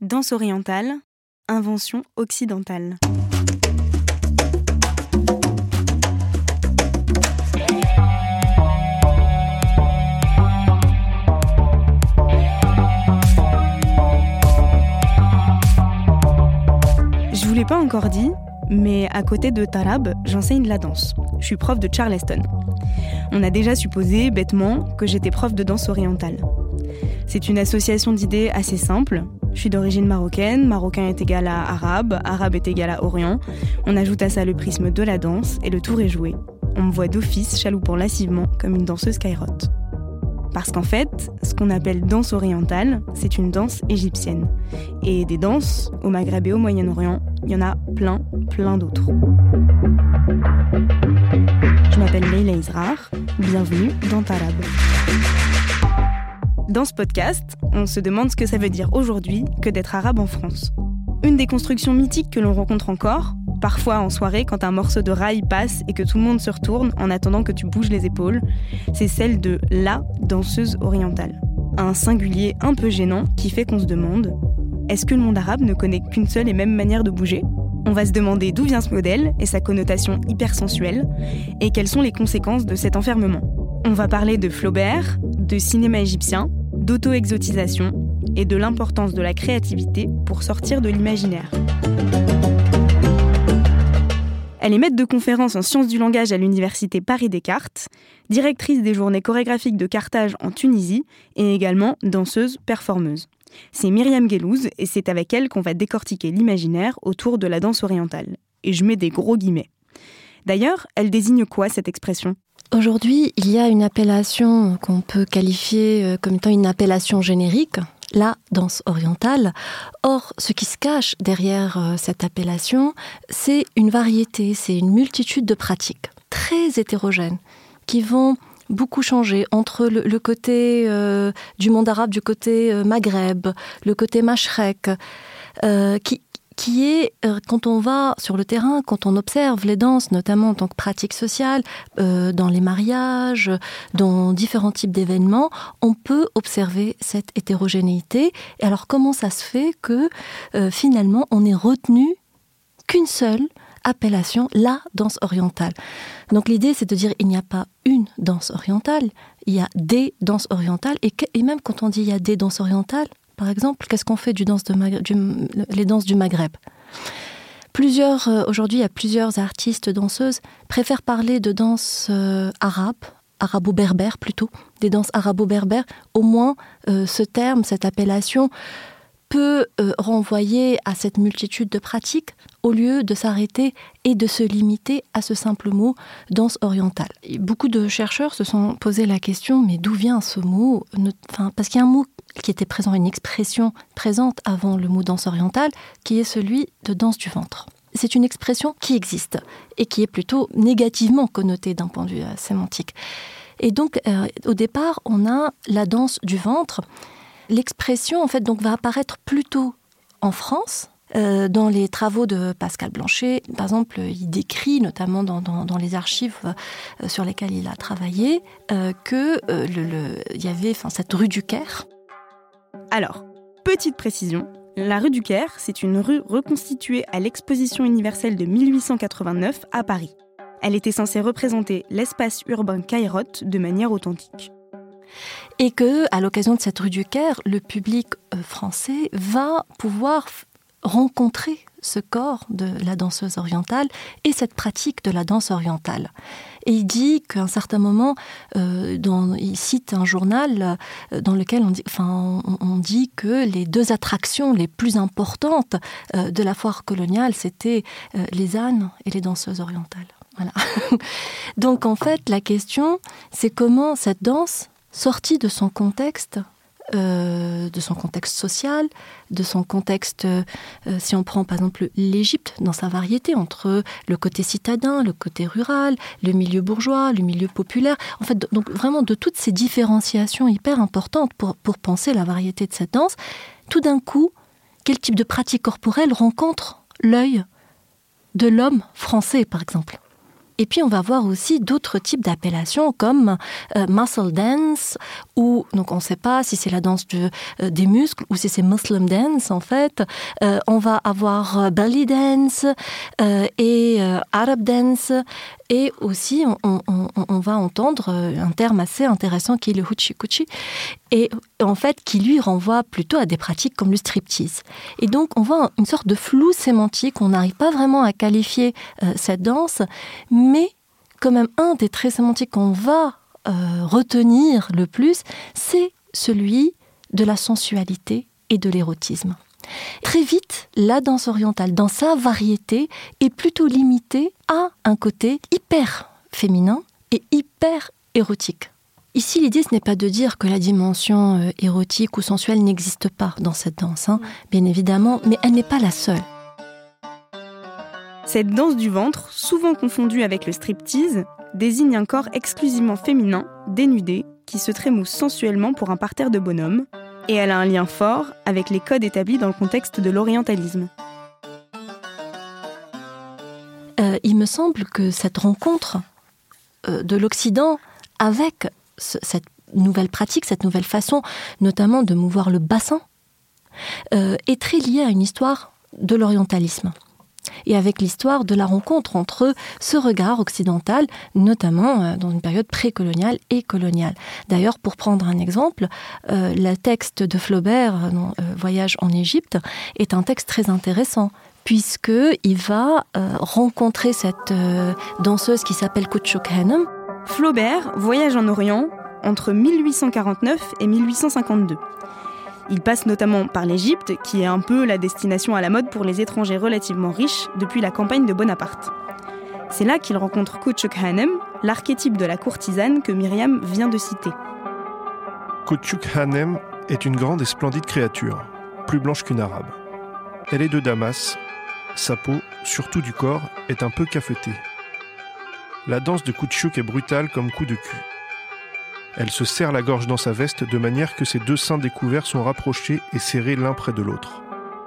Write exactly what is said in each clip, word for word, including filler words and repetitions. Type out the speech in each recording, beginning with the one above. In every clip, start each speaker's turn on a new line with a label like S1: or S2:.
S1: Danse orientale, invention occidentale. Je vous l'ai pas encore dit, mais à côté de Tarab, j'enseigne la danse. Je suis prof de Charleston. On a déjà supposé, bêtement, que j'étais prof de danse orientale. C'est une association d'idées assez simple. Je suis d'origine marocaine, marocain est égal à arabe, arabe est égal à orient. On ajoute à ça le prisme de la danse et le tour est joué. On me voit d'office chaloupant lascivement comme une danseuse kairote. Parce qu'en fait, ce qu'on appelle danse orientale, c'est une danse égyptienne. Et des danses, au Maghreb et au Moyen-Orient, il y en a plein, plein d'autres. Je m'appelle Leila Israr, bienvenue dans Tarab. Dans ce podcast, on se demande ce que ça veut dire aujourd'hui que d'être arabe en France. Une des constructions mythiques que l'on rencontre encore, parfois en soirée quand un morceau de rail passe et que tout le monde se retourne en attendant que tu bouges les épaules, c'est celle de la danseuse orientale. Un singulier un peu gênant qui fait qu'on se demande « Est-ce que le monde arabe ne connaît qu'une seule et même manière de bouger ?» On va se demander d'où vient ce modèle et sa connotation hyper sensuelle, et quelles sont les conséquences de cet enfermement. On va parler de Flaubert, de cinéma égyptien, d'auto-exotisation et de l'importance de la créativité pour sortir de l'imaginaire. Elle est maître de conférences en sciences du langage à l'université Paris-Descartes, directrice des journées chorégraphiques de Carthage en Tunisie et également danseuse performeuse. C'est Myriam Guellouz et c'est avec elle qu'on va décortiquer l'imaginaire autour de la danse orientale. Et je mets des gros guillemets. D'ailleurs, elle désigne quoi cette expression ?
S2: Aujourd'hui, il y a une appellation qu'on peut qualifier comme étant une appellation générique, la danse orientale. Or, ce qui se cache derrière cette appellation, c'est une variété, c'est une multitude de pratiques très hétérogènes qui vont beaucoup changer entre le, le côté euh, du monde arabe, du côté euh, Maghreb, le côté Mashrek, euh, qui qui est, euh, quand on va sur le terrain, quand on observe les danses, notamment en tant que pratique sociale, euh, dans les mariages, dans différents types d'événements, on peut observer cette hétérogénéité. Et alors, comment ça se fait que, euh, finalement, on n'ait retenu qu'une seule appellation, la danse orientale. Donc l'idée, c'est de dire il n'y a pas une danse orientale, il y a des danses orientales. Et, que, et même quand on dit il y a des danses orientales, par exemple, qu'est-ce qu'on fait du danse de Maghreb, du, les danses du Maghreb ? Plusieurs, euh, aujourd'hui, il y a plusieurs artistes, danseuses, préfèrent parler de danse euh, arabe, arabo-berbère plutôt, des danses arabo-berbères. Au moins, euh, ce terme, cette appellation, peut euh, renvoyer à cette multitude de pratiques au lieu de s'arrêter et de se limiter à ce simple mot danse orientale. Et beaucoup de chercheurs se sont posé la question, mais d'où vient ce mot ? Enfin, parce qu'il y a un mot qui était présent, une expression présente avant le mot danse orientale, qui est celui de danse du ventre. C'est une expression qui existe et qui est plutôt négativement connotée d'un point de vue euh, sémantique. Et donc, euh, au départ, on a la danse du ventre. L'expression, en fait, donc, va apparaître plutôt en France, euh, dans les travaux de Pascal Blanchet. Par exemple, il décrit, notamment dans, dans, dans les archives euh, sur lesquelles il a travaillé, euh, qu'il euh, le, le, y avait enfin, cette rue du Caire.
S1: Alors, petite précision, la rue du Caire, c'est une rue reconstituée à l'Exposition universelle de mille huit cent quatre-vingt-neuf à Paris. Elle était censée représenter l'espace urbain kairote de manière authentique.
S2: Et que, à l'occasion de cette rue du Caire, le public français va pouvoir rencontrer ce corps de la danseuse orientale et cette pratique de la danse orientale. Et il dit qu'à un certain moment, euh, dans, il cite un journal dans lequel on dit, enfin, on, on dit que les deux attractions les plus importantes euh, de la foire coloniale, c'était euh, les ânes et les danseuses orientales. Voilà. Donc en fait, la question, c'est comment cette danse, sortie de son contexte, Euh, de son contexte social, de son contexte, euh, si on prend par exemple l'Égypte dans sa variété, entre le côté citadin, le côté rural, le milieu bourgeois, le milieu populaire, en fait, donc vraiment de toutes ces différenciations hyper importantes pour, pour penser la variété de cette danse, tout d'un coup, quel type de pratique corporelle rencontre l'œil de l'homme français, par exemple ? Et puis on va voir aussi d'autres types d'appellations comme euh, muscle dance, ou donc on ne sait pas si c'est la danse de, euh, des muscles ou si c'est Muslim dance en fait. Euh, on va avoir euh, belly dance euh, et euh, Arab dance, et aussi on, on, on, on va entendre un terme assez intéressant qui est le hoochie coochie, et en fait qui lui renvoie plutôt à des pratiques comme le striptease. Et donc on voit une sorte de flou sémantique, on n'arrive pas vraiment à qualifier euh, cette danse, mais quand même un des traits sémantiques qu'on va euh, retenir le plus, c'est celui de la sensualité et de l'érotisme. Très vite, la danse orientale, dans sa variété, est plutôt limitée à un côté hyper féminin et hyper érotique. Ici, l'idée, ce n'est pas de dire que la dimension euh, érotique ou sensuelle n'existe pas dans cette danse, hein, bien évidemment, mais elle n'est pas la seule.
S1: Cette danse du ventre, souvent confondue avec le striptease, désigne un corps exclusivement féminin, dénudé, qui se trémousse sensuellement pour un parterre de bonhommes, et elle a un lien fort avec les codes établis dans le contexte de l'orientalisme.
S2: Euh, il me semble que cette rencontre euh, de l'Occident avec ce, cette nouvelle pratique, cette nouvelle façon, notamment de mouvoir le bassin, euh, est très liée à une histoire de l'orientalisme. Et avec l'histoire de la rencontre entre ce regard occidental, notamment dans une période précoloniale et coloniale. D'ailleurs, pour prendre un exemple, euh, le texte de Flaubert, euh, Voyage en Égypte, est un texte très intéressant, puisqu'il va euh, rencontrer cette euh, danseuse qui s'appelle Küçük Hanım.
S1: Flaubert voyage en Orient entre mille huit cent quarante-neuf et mille huit cent cinquante-deux. Il passe notamment par l'Égypte, qui est un peu la destination à la mode pour les étrangers relativement riches depuis la campagne de Bonaparte. C'est là qu'il rencontre Küçük Hanım, l'archétype de la courtisane que Myriam vient de citer.
S3: Küçük Hanım est une grande et splendide créature, plus blanche qu'une arabe. Elle est de Damas, sa peau, surtout du corps, est un peu cafetée. La danse de Küçük est brutale comme coup de cul. Elle se serre la gorge dans sa veste de manière que ses deux seins découverts sont rapprochés et serrés l'un près de l'autre.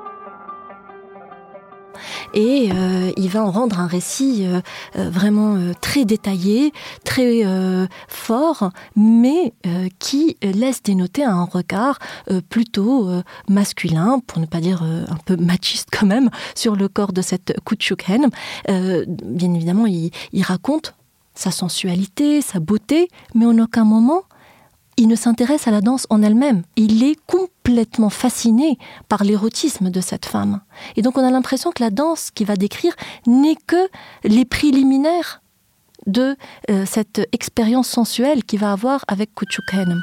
S2: Et euh, il va en rendre un récit euh, euh, vraiment euh, très détaillé, très euh, fort, mais euh, qui laisse dénoter un regard euh, plutôt euh, masculin, pour ne pas dire euh, un peu machiste quand même, sur le corps de cette Küçük Hanım. Euh, bien évidemment, il, il raconte sa sensualité, sa beauté, mais en aucun moment, il ne s'intéresse à la danse en elle-même. Il est complètement fasciné par l'érotisme de cette femme. Et donc on a l'impression que la danse qu'il va décrire n'est que les préliminaires de euh, cette expérience sensuelle qu'il va avoir avec Küçük Hanım.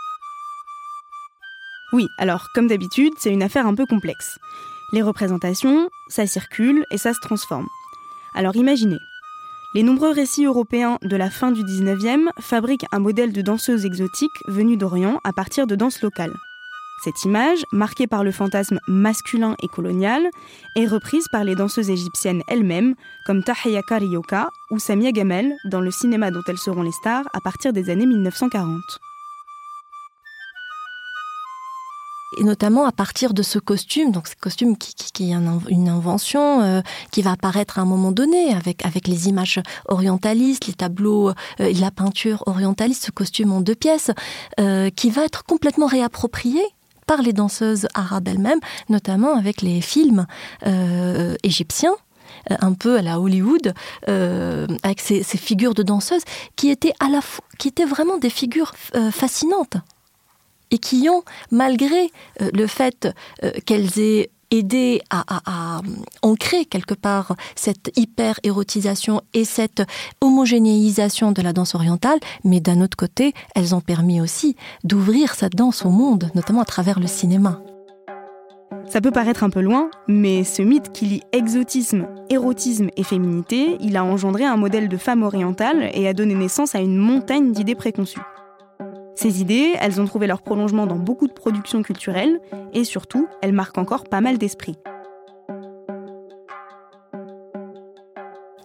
S1: Oui, alors comme d'habitude, c'est une affaire un peu complexe. Les représentations, ça circule et ça se transforme. Alors imaginez, les nombreux récits européens de la fin du dix-neuvième fabriquent un modèle de danseuse exotique venue d'Orient à partir de danses locales. Cette image, marquée par le fantasme masculin et colonial, est reprise par les danseuses égyptiennes elles-mêmes, comme Tahia Carioca ou Samia Gamel, dans le cinéma dont elles seront les stars à partir des années mille neuf cent quarante.
S2: Et notamment à partir de ce costume, donc ce costume qui, qui, qui est un, une invention euh, qui va apparaître à un moment donné avec, avec les images orientalistes, les tableaux, euh, la peinture orientaliste, ce costume en deux pièces, euh, qui va être complètement réapproprié par les danseuses arabes elles-mêmes, notamment avec les films euh, égyptiens, un peu à la Hollywood, euh, avec ces, ces figures de danseuses qui étaient, à la f- qui étaient vraiment des figures euh, fascinantes. Et qui ont, malgré euh, le fait euh, qu'elles aient aidé à, à, à ancrer quelque part cette hyper-érotisation et cette homogénéisation de la danse orientale, mais d'un autre côté, elles ont permis aussi d'ouvrir cette danse au monde, notamment à travers le cinéma.
S1: Ça peut paraître un peu loin, mais ce mythe qui lie exotisme, érotisme et féminité, il a engendré un modèle de femme orientale et a donné naissance à une montagne d'idées préconçues. Ces idées, elles ont trouvé leur prolongement dans beaucoup de productions culturelles et surtout, elles marquent encore pas mal d'esprits.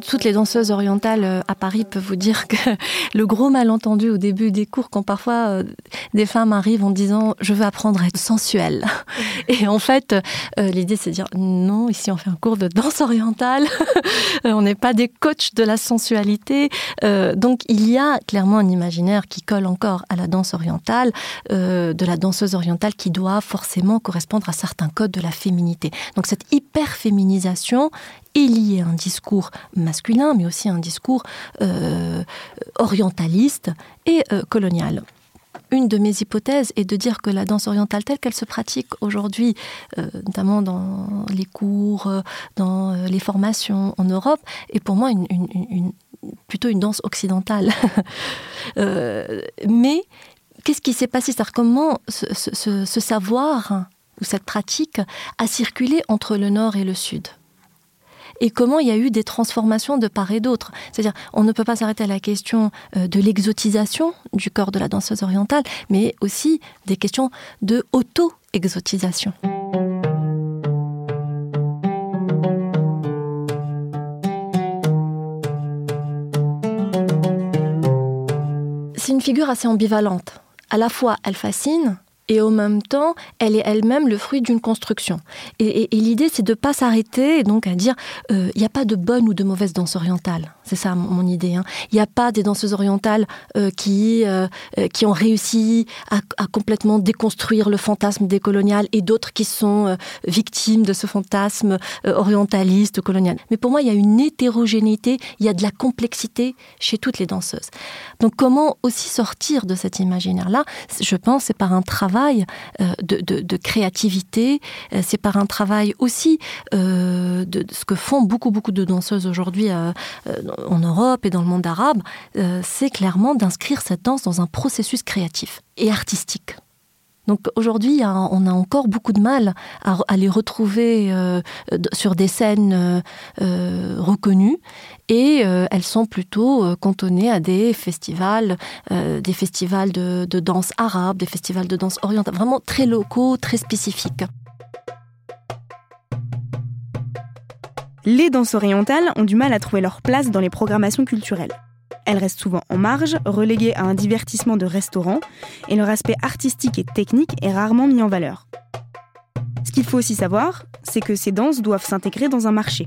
S2: toutes les danseuses orientales à Paris peuvent vous dire que le gros malentendu au début des cours, quand parfois euh, des femmes arrivent en disant « je veux apprendre à être sensuelle ». Et en fait, euh, l'idée c'est de dire « non, ici on fait un cours de danse orientale, on n'est pas des coachs de la sensualité euh, ». Donc il y a clairement un imaginaire qui colle encore à la danse orientale, euh, de la danseuse orientale qui doit forcément correspondre à certains codes de la féminité. Donc cette hyper-féminisation est lié à un discours masculin, mais aussi à un discours euh, orientaliste et euh, colonial. Une de mes hypothèses est de dire que la danse orientale telle qu'elle se pratique aujourd'hui, euh, notamment dans les cours, dans euh, les formations en Europe, est pour moi une, une, une, plutôt une danse occidentale. euh, mais qu'est-ce qui s'est passé ? C'est-à-dire comment ce, ce, ce savoir ou cette pratique a circulé entre le Nord et le Sud ? Et comment il y a eu des transformations de part et d'autre. C'est-à-dire, on ne peut pas s'arrêter à la question de l'exotisation du corps de la danseuse orientale, mais aussi des questions de auto-exotisation. C'est une figure assez ambivalente. À la fois, elle fascine, et au même temps, elle est elle-même le fruit d'une construction. Et, et, et l'idée, c'est de ne pas s'arrêter donc à dire il euh, n'y a pas de bonne ou de mauvaise danse orientale. C'est ça mon, mon idée. Il hein. n'y a pas des danseuses orientales euh, qui, euh, qui ont réussi à, à complètement déconstruire le fantasme décolonial et d'autres qui sont euh, victimes de ce fantasme euh, orientaliste, colonial. Mais pour moi, il y a une hétérogénéité, il y a de la complexité chez toutes les danseuses. Donc comment aussi sortir de cet imaginaire-là ? Je pense c'est par un travail De, de, de créativité, c'est par un travail aussi euh, de, de ce que font beaucoup, beaucoup de danseuses aujourd'hui euh, en Europe et dans le monde arabe, euh, c'est clairement d'inscrire cette danse dans un processus créatif et artistique. Donc aujourd'hui, on a encore beaucoup de mal à, à les retrouver euh, sur des scènes euh, euh, reconnues et euh, elles sont plutôt euh, cantonnées à des festivals, euh, des festivals de, de danse arabe, des festivals de danse orientale, vraiment très locaux, très spécifiques.
S1: Les danses orientales ont du mal à trouver leur place dans les programmations culturelles. Elles restent souvent en marge, reléguées à un divertissement de restaurant, et leur aspect artistique et technique est rarement mis en valeur. Ce qu'il faut aussi savoir, c'est que ces danses doivent s'intégrer dans un marché.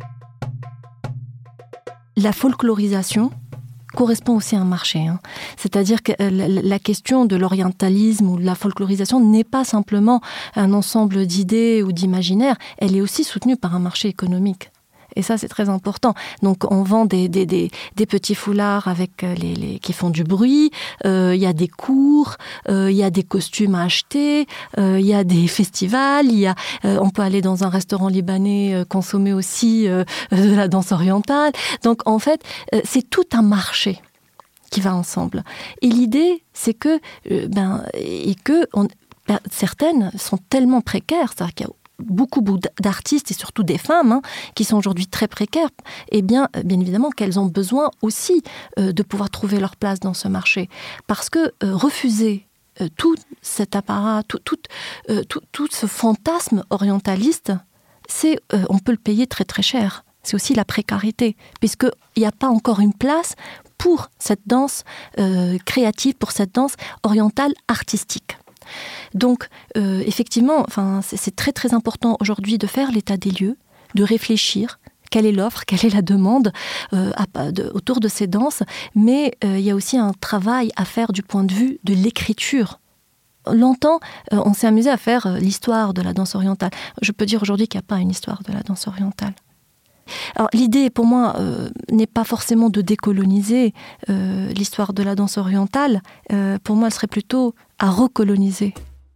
S2: La folklorisation correspond aussi à un marché. Hein. C'est-à-dire que la question de l'orientalisme ou de la folklorisation n'est pas simplement un ensemble d'idées ou d'imaginaires, elle est aussi soutenue par un marché économique. Et ça, c'est très important. Donc, on vend des, des, des, des petits foulards avec les, les, qui font du bruit. Il euh, y a des cours, il euh, y a des costumes à acheter, il euh, y a des festivals. Y a, euh, on peut aller dans un restaurant libanais euh, consommer aussi euh, de la danse orientale. Donc, en fait, euh, c'est tout un marché qui va ensemble. Et l'idée, c'est que, euh, ben, et que on, ben, certaines sont tellement précaires, c'est-à-dire qu'il y a beaucoup d'artistes et surtout des femmes hein, qui sont aujourd'hui très précaires, eh bien, bien évidemment qu'elles ont besoin aussi euh, de pouvoir trouver leur place dans ce marché. Parce que euh, refuser euh, tout cet apparat, tout, tout, euh, tout, tout ce fantasme orientaliste, c'est, euh, on peut le payer très très cher. C'est aussi la précarité, puisqu'il n'y a pas encore une place pour cette danse euh, créative, pour cette danse orientale artistique. Donc, euh, effectivement, enfin, c'est, c'est très très important aujourd'hui de faire l'état des lieux, de réfléchir quelle est l'offre, quelle est la demande euh, à, de, autour de ces danses, mais euh, il y a aussi un travail à faire du point de vue de l'écriture. Longtemps, euh, on s'est amusé à faire euh, l'histoire de la danse orientale. Je peux dire aujourd'hui qu'il n'y a pas une histoire de la danse orientale. Alors, l'idée, pour moi, euh, n'est pas forcément de décoloniser euh, l'histoire de la danse orientale. Euh, pour moi, elle serait plutôt à recoloniser.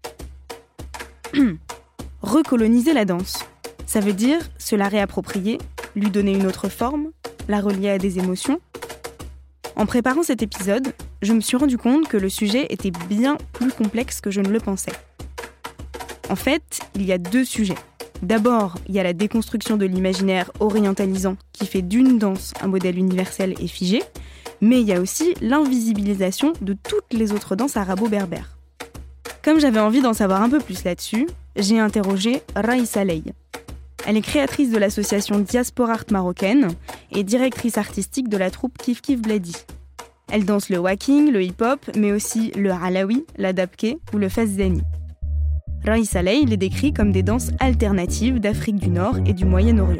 S1: Recoloniser la danse. Ça veut dire se la réapproprier, lui donner une autre forme, la relier à des émotions. En préparant cet épisode, je me suis rendu compte que le sujet était bien plus complexe que je ne le pensais. En fait, il y a deux sujets. D'abord, il y a la déconstruction de l'imaginaire orientalisant qui fait d'une danse un modèle universel et figé, mais il y a aussi l'invisibilisation de toutes les autres danses arabo-berbères. Comme j'avais envie d'en savoir un peu plus là-dessus, j'ai interrogé Raïssa Ley. Elle est créatrice de l'association Diaspora Art Marocaine et directrice artistique de la troupe Kif Kif Bledi. Elle danse le waking, le hip-hop, mais aussi le alawi, la dabke ou le feszeni. Raïssa Ley les décrit comme des danses alternatives d'Afrique du Nord et du Moyen-Orient.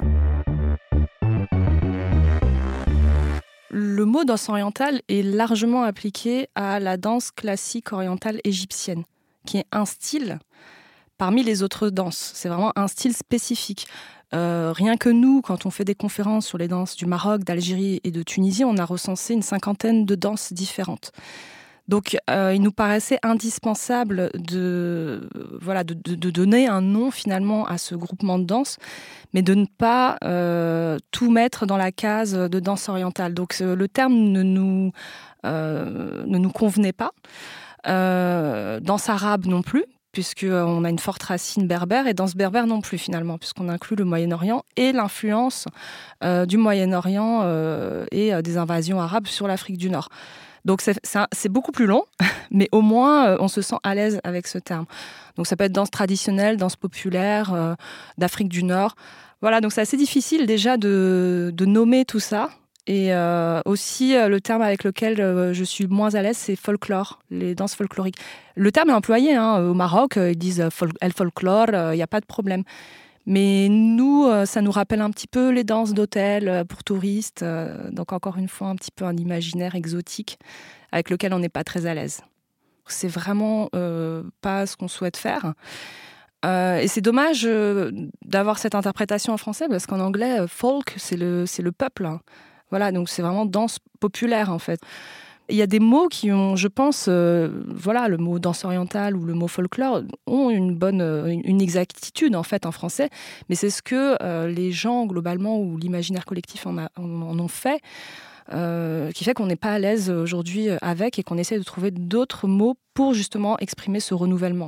S4: Le mot danse orientale est largement appliqué à la danse classique orientale égyptienne, qui est un style parmi les autres danses. C'est vraiment un style spécifique. Euh, rien que nous, quand on fait des conférences sur les danses du Maroc, d'Algérie et de Tunisie, on a recensé une cinquantaine de danses différentes. Donc, euh, il nous paraissait indispensable de, voilà, de, de, de donner un nom finalement à ce groupement de danse, mais de ne pas euh, tout mettre dans la case de danse orientale. Donc, euh, le terme ne nous, euh, ne nous convenait pas. Euh, danse arabe non plus, puisqu'on a une forte racine berbère, et danse berbère non plus finalement, puisqu'on inclut le Moyen-Orient et l'influence euh, du Moyen-Orient euh, et euh, des invasions arabes sur l'Afrique du Nord. Donc c'est, c'est, un, c'est beaucoup plus long, mais au moins euh, on se sent à l'aise avec ce terme. Donc ça peut être danse traditionnelle, danse populaire, euh, d'Afrique du Nord. Voilà, donc c'est assez difficile déjà de, de nommer tout ça. Et euh, aussi, euh, le terme avec lequel euh, je suis moins à l'aise, c'est folklore, les danses folkloriques. Le terme est employé hein, au Maroc, euh, ils disent euh, fol- el folklore, il euh, n'y a pas de problème. Mais nous, euh, ça nous rappelle un petit peu les danses d'hôtel euh, pour touristes. Euh, donc encore une fois, un petit peu un imaginaire exotique avec lequel on n'est pas très à l'aise. C'est vraiment euh, pas ce qu'on souhaite faire. Euh, et c'est dommage euh, d'avoir cette interprétation en français, parce qu'en anglais, euh, folk, c'est le, c'est le peuple. Hein. Voilà, donc c'est vraiment danse populaire en fait. Il y a des mots qui ont, je pense, euh, voilà, le mot danse orientale ou le mot folklore ont une bonne, une exactitude en fait en français, mais c'est ce que euh, les gens globalement ou l'imaginaire collectif en, a, en ont fait, euh, qui fait qu'on n'est pas à l'aise aujourd'hui avec et qu'on essaie de trouver d'autres mots pour justement exprimer ce renouvellement.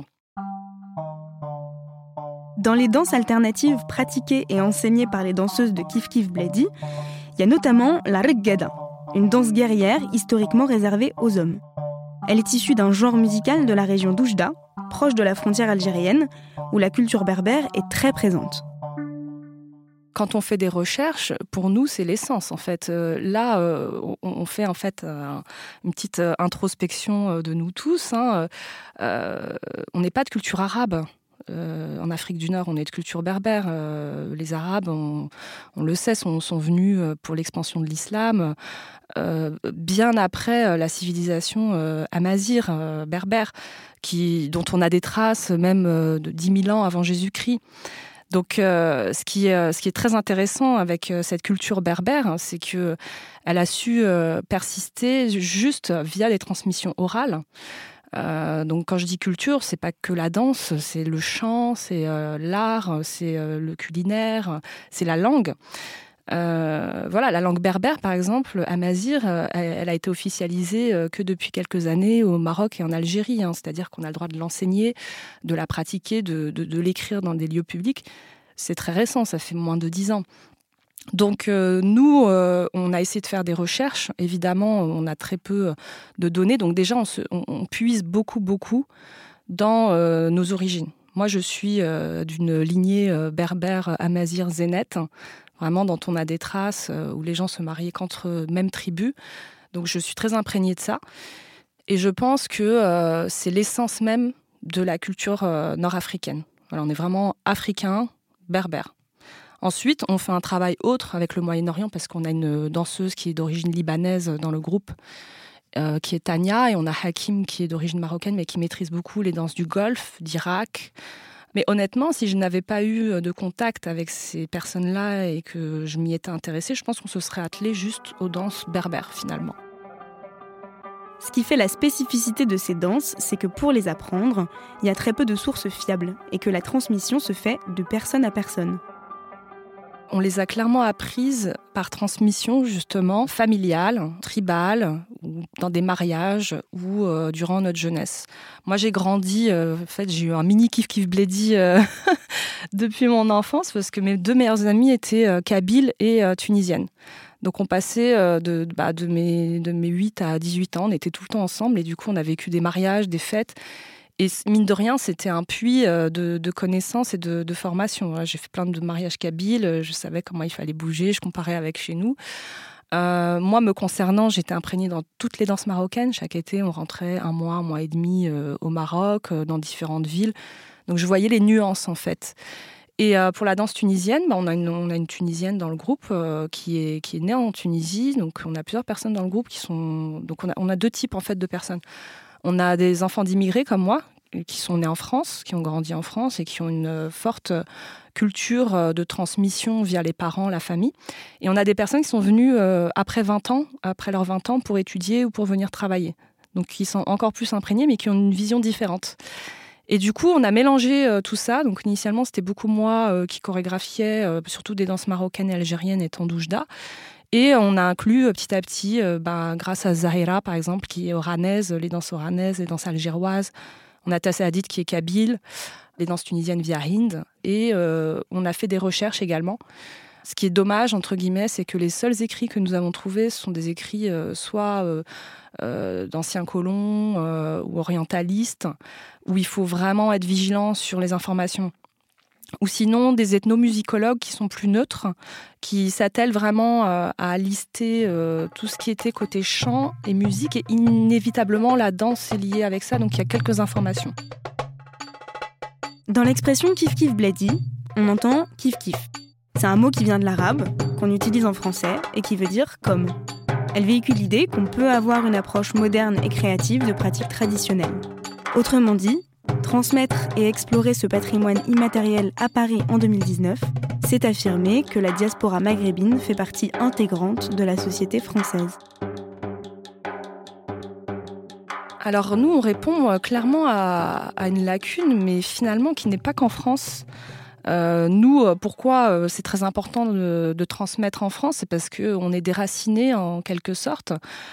S1: Dans les danses alternatives pratiquées et enseignées par les danseuses de Kif Kif Bledi, il y a notamment la reggada, une danse guerrière historiquement réservée aux hommes. Elle est issue d'un genre musical de la région d'Oujda, proche de la frontière algérienne, où la culture berbère est très présente.
S4: Quand on fait des recherches, pour nous, c'est l'essence, en fait. Euh, là, euh, on, on fait, en fait, euh, une petite introspection de nous tous. Hein. Euh, on n'est pas de culture arabe. Euh, en Afrique du Nord, on est de culture berbère. Euh, les Arabes, on, on le sait, sont, sont venus pour l'expansion de l'islam euh, bien après la civilisation euh, amazigh, euh, berbère, qui, dont on a des traces même euh, de dix mille ans avant Jésus-Christ. Donc, euh, ce, qui, euh, ce qui est très intéressant avec euh, cette culture berbère, hein, c'est qu'elle a su euh, persister juste via des transmissions orales. Euh, donc quand je dis culture, c'est pas que la danse, c'est le chant, c'est euh, l'art, c'est euh, le culinaire, c'est la langue. Euh, voilà, la langue berbère, par exemple, amazigh, euh, elle, elle a été officialisée euh, que depuis quelques années au Maroc et en Algérie. Hein, c'est-à-dire qu'on a le droit de l'enseigner, de la pratiquer, de, de, de l'écrire dans des lieux publics. C'est très récent, ça fait moins de dix ans. Donc euh, nous, euh, on a essayé de faire des recherches. Évidemment, on a très peu de données. Donc déjà, on, se, on, on puise beaucoup, beaucoup dans euh, nos origines. Moi, je suis euh, d'une lignée euh, berbère, amazigh, zénète, vraiment dont on a des traces euh, où les gens se mariaient qu'entre mêmes tribus. Donc je suis très imprégnée de ça. Et je pense que euh, c'est l'essence même de la culture euh, nord-africaine. Voilà, on est vraiment africain, berbère. Ensuite, on fait un travail autre avec le Moyen-Orient parce qu'on a une danseuse qui est d'origine libanaise dans le groupe, euh, qui est Tania, et on a Hakim qui est d'origine marocaine mais qui maîtrise beaucoup les danses du Golfe, d'Irak. Mais honnêtement, si je n'avais pas eu de contact avec ces personnes-là et que je m'y étais intéressée, je pense qu'on se serait attelé juste aux danses berbères finalement.
S1: Ce qui fait la spécificité de ces danses, c'est que pour les apprendre, il y a très peu de sources fiables et que la transmission se fait de personne à personne.
S4: On les a clairement apprises par transmission, justement, familiale, tribale, ou dans des mariages ou euh, durant notre jeunesse. Moi, j'ai grandi, euh, en fait, j'ai eu un mini Kif Kif Bledi euh, depuis mon enfance parce que mes deux meilleures amies étaient euh, kabyles et euh, tunisiennes. Donc on passait euh, de, bah, de, mes, de mes huit à dix-huit ans, on était tout le temps ensemble et du coup on a vécu des mariages, des fêtes. Et mine de rien, c'était un puits de, de connaissances et de, de formation. J'ai fait plein de mariages kabyles, je savais comment il fallait bouger, je comparais avec chez nous. Euh, moi, me concernant, j'étais imprégnée dans toutes les danses marocaines. Chaque été, on rentrait un mois, un mois et demi euh, au Maroc, euh, dans différentes villes. Donc, je voyais les nuances, en fait. Et euh, pour la danse tunisienne, bah, on, a une, on a une Tunisienne dans le groupe euh, qui, est, qui est née en Tunisie. Donc, on a plusieurs personnes dans le groupe qui sont... Donc, on a, on a deux types, en fait, de personnes. On a des enfants d'immigrés comme moi, qui sont nés en France, qui ont grandi en France et qui ont une forte culture de transmission via les parents, la famille. Et on a des personnes qui sont venues euh, après vingt ans, après leurs vingt ans, pour étudier ou pour venir travailler. Donc, qui sont encore plus imprégnés, mais qui ont une vision différente. Et du coup, on a mélangé euh, tout ça. Donc, initialement, c'était beaucoup moi euh, qui chorégraphiais, euh, surtout des danses marocaines et algériennes et Tandoujda. Et on a inclus euh, petit à petit, euh, bah, grâce à Zahira, par exemple, qui est oranaise, les danses oranaises, les danses algéroises. On a Tassa Hadid qui est kabyle, les danses tunisiennes via Hind. Et euh, on a fait des recherches également. Ce qui est dommage, entre guillemets, c'est que les seuls écrits que nous avons trouvés sont des écrits euh, soit euh, euh, d'anciens colons euh, ou orientalistes, où il faut vraiment être vigilant sur les informations. Ou sinon des ethnomusicologues qui sont plus neutres, qui s'attellent vraiment euh, à lister euh, tout ce qui était côté chant et musique, et inévitablement la danse est liée avec ça, donc il y a quelques informations.
S1: Dans l'expression kif kif bledi, on entend kif kif. C'est un mot qui vient de l'arabe, qu'on utilise en français et qui veut dire comme. Elle véhicule l'idée qu'on peut avoir une approche moderne et créative de pratiques traditionnelles. Autrement dit, transmettre et explorer ce patrimoine immatériel à Paris en deux mille dix-neuf, c'est affirmer que la diaspora maghrébine fait partie intégrante de la société française.
S4: Alors nous, on répond clairement à, à une lacune, mais finalement qui n'est pas qu'en France. Euh, nous, pourquoi c'est très important de, de transmettre en France, c'est parce qu'on est déracinés en quelque sorte.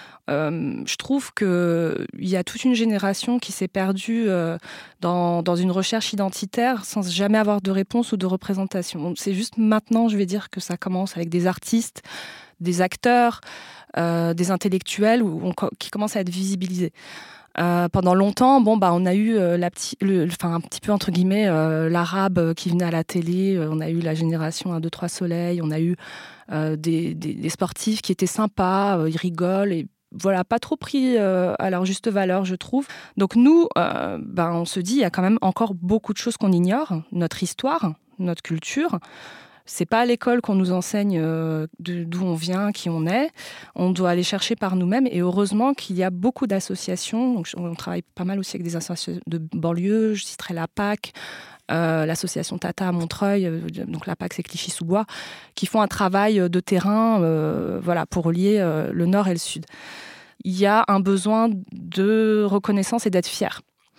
S4: Euh, je trouve qu'il y a toute une génération qui s'est perdue euh, dans, dans une recherche identitaire sans jamais avoir de réponse ou de représentation. C'est juste maintenant, je vais dire, que ça commence avec des artistes, des acteurs, euh, des intellectuels où on, qui commencent à être visibilisés. Euh, pendant longtemps, bon, bah, on a eu euh, la petit, le, enfin, un petit peu, entre guillemets, euh, l'arabe qui venait à la télé. Euh, on a eu la génération un, deux, trois soleils. On a eu euh, des, des, des sportifs qui étaient sympas, euh, ils rigolent. Et voilà, pas trop pris euh, à leur juste valeur, je trouve. Donc nous, euh, ben, on se dit, il y a quand même encore beaucoup de choses qu'on ignore. Notre histoire, notre culture. C'est pas à l'école qu'on nous enseigne euh, de, d'où on vient, qui on est. On doit aller chercher par nous-mêmes. Et heureusement qu'il y a beaucoup d'associations. Donc, on travaille pas mal aussi avec des associations de banlieue. Je citerai la P A C, euh, l'association Tata à Montreuil, euh, donc la P A C c'est Clichy-sous-Bois, qui font un travail de terrain euh, voilà, pour relier euh, le nord et le sud. Il y a un besoin de reconnaissance et d'être fier.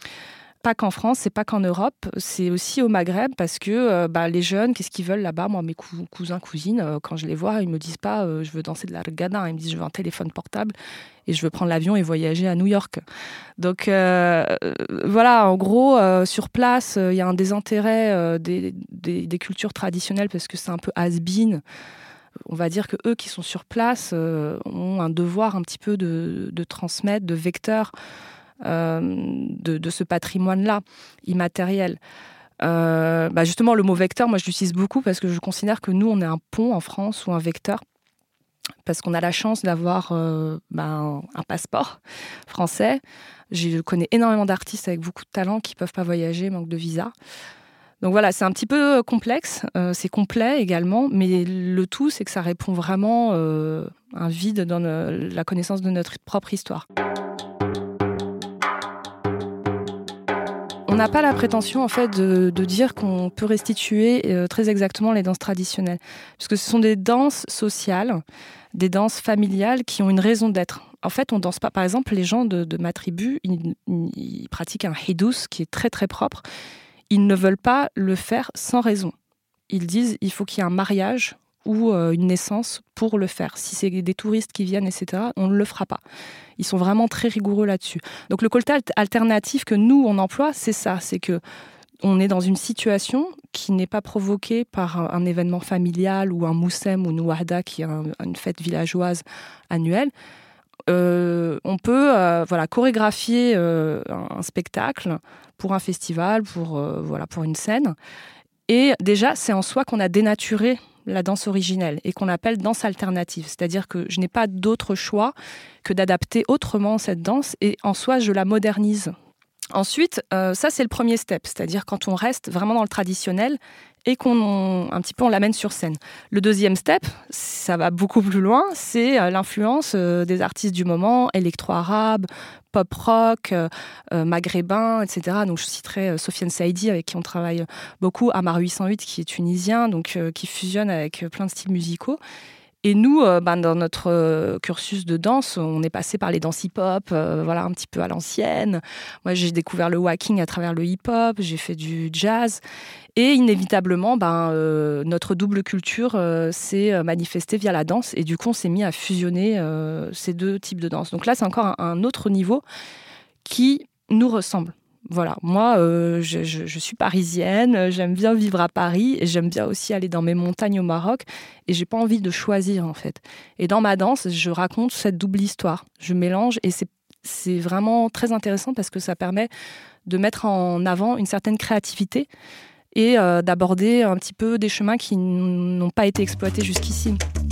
S4: Pas qu'en France, c'est pas qu'en Europe, c'est aussi au Maghreb parce que euh, bah, les jeunes, qu'est-ce qu'ils veulent là-bas ? Moi, mes cou- cousins, cousines, euh, quand je les vois, ils me disent pas euh, je veux danser de la reggae, ils me disent je veux un téléphone portable et je veux prendre l'avion et voyager à New York. Donc euh, voilà, en gros, euh, sur place, il euh, y a un désintérêt euh, des, des, des cultures traditionnelles parce que c'est un peu has-been. On va dire que eux qui sont sur place euh, ont un devoir un petit peu de, de transmettre, de vecteur. Euh, de, de ce patrimoine-là, immatériel. Euh, bah justement, le mot vecteur, moi je l'utilise beaucoup parce que je considère que nous, on est un pont en France ou un vecteur, parce qu'on a la chance d'avoir euh, bah, un, un passeport français. Je connais énormément d'artistes avec beaucoup de talent qui ne peuvent pas voyager, manque de visa. Donc voilà, c'est un petit peu complexe, euh, c'est complet également, mais le tout, c'est que ça répond vraiment euh, à un vide dans le, la connaissance de notre propre histoire. On n'a pas la prétention en fait de, de dire qu'on peut restituer euh, très exactement les danses traditionnelles, parce que ce sont des danses sociales, des danses familiales qui ont une raison d'être. En fait, on danse pas. Par exemple, les gens de, de ma tribu, ils, ils pratiquent un hidous qui est très très propre. Ils ne veulent pas le faire sans raison. Ils disent il faut qu'il y ait un mariage ou euh, une naissance pour le faire. Si c'est des touristes qui viennent, et cetera, on ne le fera pas. Ils sont vraiment très rigoureux là-dessus. Donc le côté alternatif que nous, on emploie, c'est ça. C'est que on est dans une situation qui n'est pas provoquée par un, un événement familial ou un moussem ou une wahda, qui est un, une fête villageoise annuelle. euh, on peut euh, voilà, chorégraphier euh, un spectacle pour un festival, pour, euh, voilà, pour une scène. Et déjà, c'est en soi qu'on a dénaturé la danse originelle et qu'on appelle danse alternative. C'est-à-dire que je n'ai pas d'autre choix que d'adapter autrement cette danse et en soi, je la modernise. Ensuite, euh, ça, c'est le premier step. C'est-à-dire quand on reste vraiment dans le traditionnel et qu'on on, un petit peu on l'amène sur scène. Le deuxième step, ça va beaucoup plus loin, c'est euh, l'influence euh, des artistes du moment, électro-arabe, pop-rock, euh, euh, maghrébin, et cetera. Donc je citerai euh, Sofiane Saïdi, avec qui on travaille beaucoup, Amar huit cent huit, qui est tunisien, donc euh, qui fusionne avec euh, plein de styles musicaux. Et nous, euh, ben, dans notre euh, cursus de danse, on est passé par les danses hip-hop, euh, voilà, un petit peu à l'ancienne. Moi, j'ai découvert le walking à travers le hip-hop, j'ai fait du jazz. Et inévitablement, ben, euh, notre double culture euh, s'est manifestée via la danse. Et du coup, on s'est mis à fusionner euh, ces deux types de danse. Donc là, c'est encore un, un autre niveau qui nous ressemble. Voilà, moi, euh, je, je, je suis parisienne, j'aime bien vivre à Paris et j'aime bien aussi aller dans mes montagnes au Maroc et j'ai pas envie de choisir, en fait. Et dans ma danse, je raconte cette double histoire. Je mélange et c'est, c'est vraiment très intéressant parce que ça permet de mettre en avant une certaine créativité et euh, d'aborder un petit peu des chemins qui n'ont pas été exploités jusqu'ici.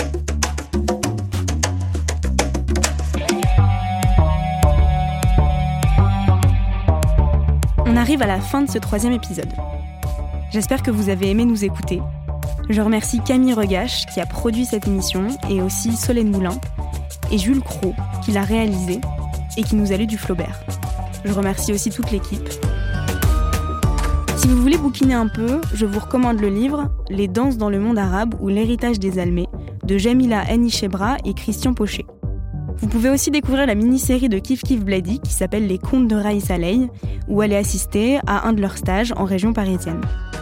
S1: On arrive à la fin de ce troisième épisode. J'espère que vous avez aimé nous écouter. Je remercie Camille Regache qui a produit cette émission et aussi Solène Moulin et Jules Cros qui l'a réalisée et qui nous a lu du Flaubert. Je remercie aussi toute l'équipe. Si vous voulez bouquiner un peu, je vous recommande le livre « Les danses dans le monde arabe ou l'héritage des Almés » de Jamila Enichebra et Christian Pochet. Vous pouvez aussi découvrir la mini-série de Kif Kif Bladi qui s'appelle Les Contes de Raïssa Ley, où elle est assistée à un de leurs stages en région parisienne.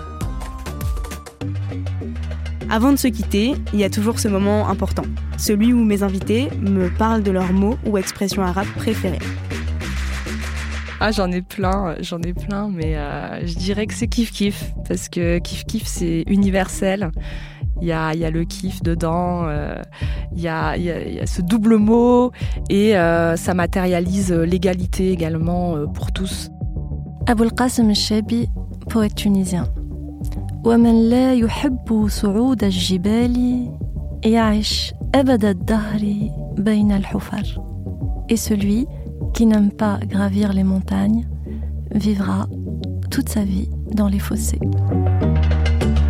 S1: Avant de se quitter, il y a toujours ce moment important, celui où mes invités me parlent de leurs mots ou expressions arabes préférées.
S4: Ah, j'en ai plein, j'en ai plein, mais euh, je dirais que c'est Kif Kif, parce que Kif Kif, c'est universel. Il y a, il y a le kiff dedans, euh, il, y a, il, y a, il y a ce double mot et euh, ça matérialise l'égalité également euh, pour tous.
S2: Aboul Qasim al-Chabi, poète tunisien. ومن لا يحب صعود الجبال يعيش أبد الدهر بين الحفر. Et celui qui n'aime pas gravir les montagnes vivra toute sa vie dans les fossés.